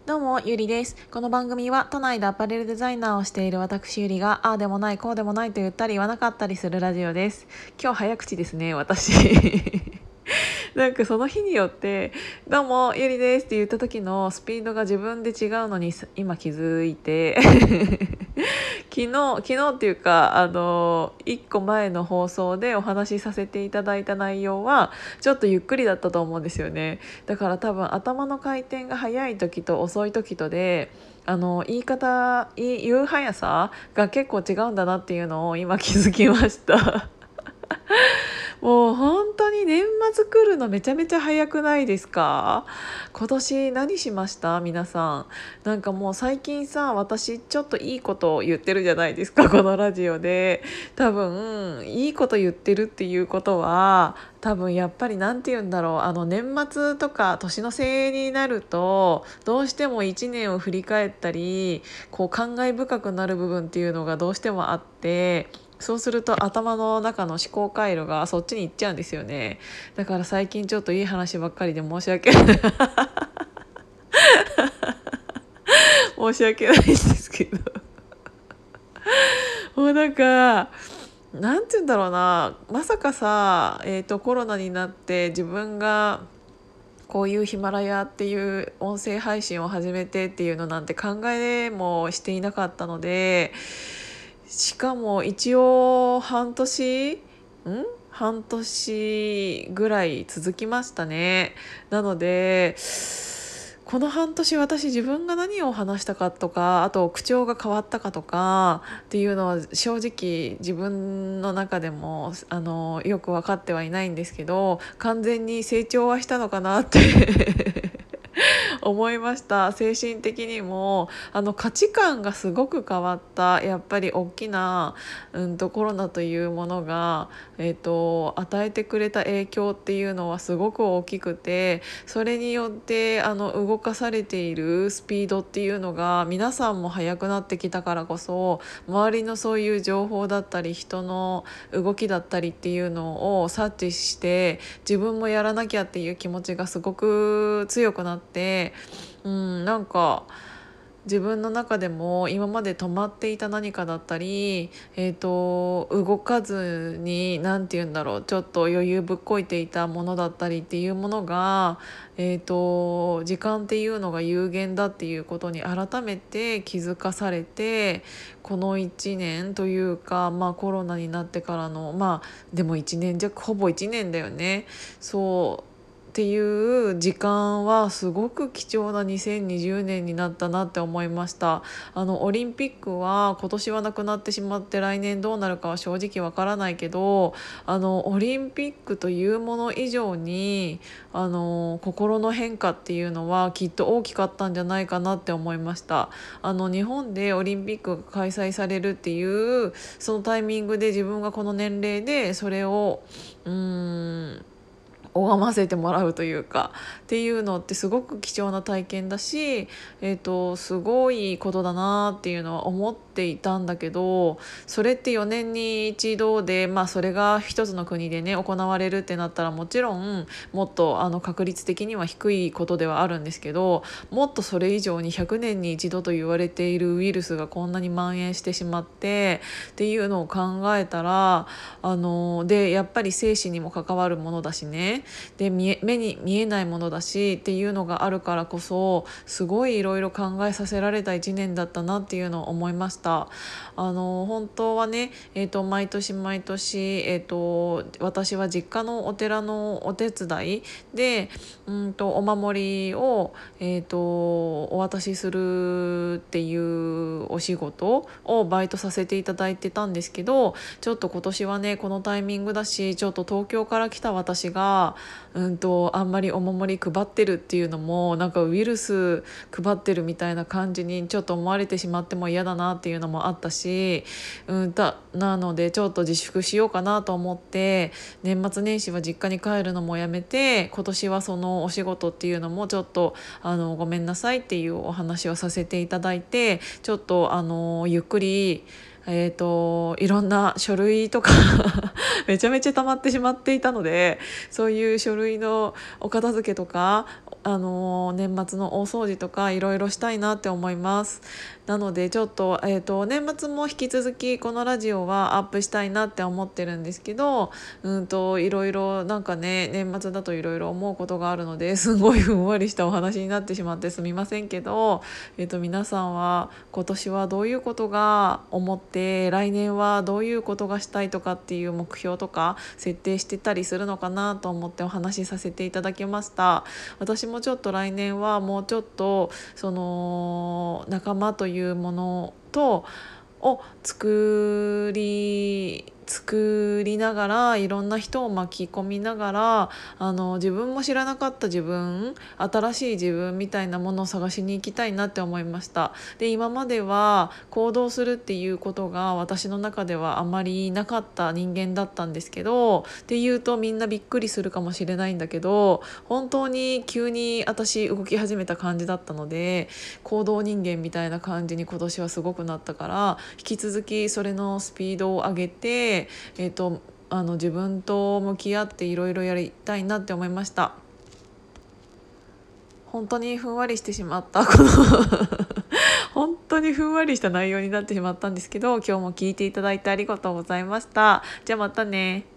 どうも、ゆりです。この番組は都内でアパレルデザイナーをしている私ゆりが、ああでもない、こうでもないと言ったり言わなかったりするラジオです。今日早口ですね、私。なんかその日によって「どうもゆりです」って言った時のスピードが自分で違うのに今気づいて昨日っていうか1個前の放送でお話しさせていただいた内容はちょっとゆっくりだったと思うんですよね。だから多分頭の回転が速い時と遅い時とで言う速さが結構違うんだなっていうのを今気づきました。もう本当に年末来るのめちゃめちゃ早くないですか？今年何しました皆さん？なんかもう最近さ、私ちょっといいことを言ってるじゃないですか、このラジオで。多分いいこと言ってるっていうことは、多分やっぱりなんて言うんだろう、年末とか年の瀬になるとどうしても1年を振り返ったりこう感慨深くなる部分っていうのがどうしてもあって、そうすると頭の中の思考回路がそっちに行っちゃうんですよね。だから最近ちょっといい話ばっかりで申し訳ない申し訳ないんですけど、もうなんかなんて言うんだろうな、まさかさ、コロナになって自分がこういうヒマラヤっていう音声配信を始めてっていうのなんて考えもしていなかったので、しかも一応半年ぐらい続きましたね。なのでこの半年私自分が何を話したかとか、あと口調が変わったかとかっていうのは正直自分の中でもよく分かってはいないんですけど、完全に成長はしたのかなって思いました。精神的にも価値観がすごく変わった。やっぱり大きな、コロナというものが、与えてくれた影響っていうのはすごく大きくて、それによって動かされているスピードっていうのが皆さんも速くなってきたからこそ、周りのそういう情報だったり人の動きだったりっていうのを察知して自分もやらなきゃっていう気持ちがすごく強くなって、なんか自分の中でも今まで止まっていた何かだったり、動かずに何て言うんだろう、ちょっと余裕ぶっこいていたものだったりっていうものが、時間っていうのが有限だっていうことに改めて気づかされて、この1年というか、コロナになってからのでも1年弱、ほぼ1年だよね。そうっていう時間はすごく貴重な2020年になったなって思いました。オリンピックは今年はなくなってしまって来年どうなるかは正直わからないけど、オリンピックというもの以上に心の変化っていうのはきっと大きかったんじゃないかなって思いました。日本でオリンピックが開催されるっていうそのタイミングで自分がこの年齢でそれを拝ませてもらうというかっていうのってすごく貴重な体験だし、すごいことだなっていうのは思っていたんだけど、それって4年に一度で、それが一つの国でね行われるってなったらもちろんもっと確率的には低いことではあるんですけど、もっとそれ以上に100年に一度と言われているウイルスがこんなに蔓延してしまってっていうのを考えたら、でやっぱり生死にも関わるものだしね、で目に見えないものだしっていうのがあるからこそ、すごいいろいろ考えさせられた1年だったなっていうのを思いました。本当はね、毎年毎年、私は実家のお寺のお手伝いでお守りを、お渡しするっていうお仕事をバイトさせていただいてたんですけど、ちょっと今年はねこのタイミングだし、ちょっと東京から来た私があんまりお守り配ってるっていうのもなんかウイルス配ってるみたいな感じにちょっと思われてしまっても嫌だなっていうのもあったし、なのでちょっと自粛しようかなと思って年末年始は実家に帰るのもやめて、今年はそのお仕事っていうのもちょっとごめんなさいっていうお話をさせていただいて、ちょっとゆっくりいろんな書類とかめちゃめちゃ溜まってしまっていたので、そういう書類のお片付けとか年末の大掃除とかいろいろしたいなって思います。なのでちょっと、年末も引き続きこのラジオはアップしたいなって思ってるんですけど、いろいろなんかね、年末だといろいろ思うことがあるのですごいふんわりしたお話になってしまってすみませんけど、皆さんは今年はどういうことが思って、来年はどういうことがしたいとかっていう目標とか設定してたりするのかなと思ってお話しさせていただきました。私もちょっと来年はもうちょっとその仲間というものを作りながら、いろんな人を巻き込みながら、自分も知らなかった自分、新しい自分みたいなものを探しに行きたいなって思いました。で、今までは行動するっていうことが私の中ではあまりなかった人間だったんですけど、っていうとみんなびっくりするかもしれないんだけど、本当に急に私動き始めた感じだったので、行動人間みたいな感じに今年はすごくなったから、引き続きそれのスピードを上げて、自分と向き合っていろいろやりたいなって思いました。本当にふんわりしてしまったこの本当にふんわりした内容になってしまったんですけど、今日も聞いていただいてありがとうございました。じゃあまたね。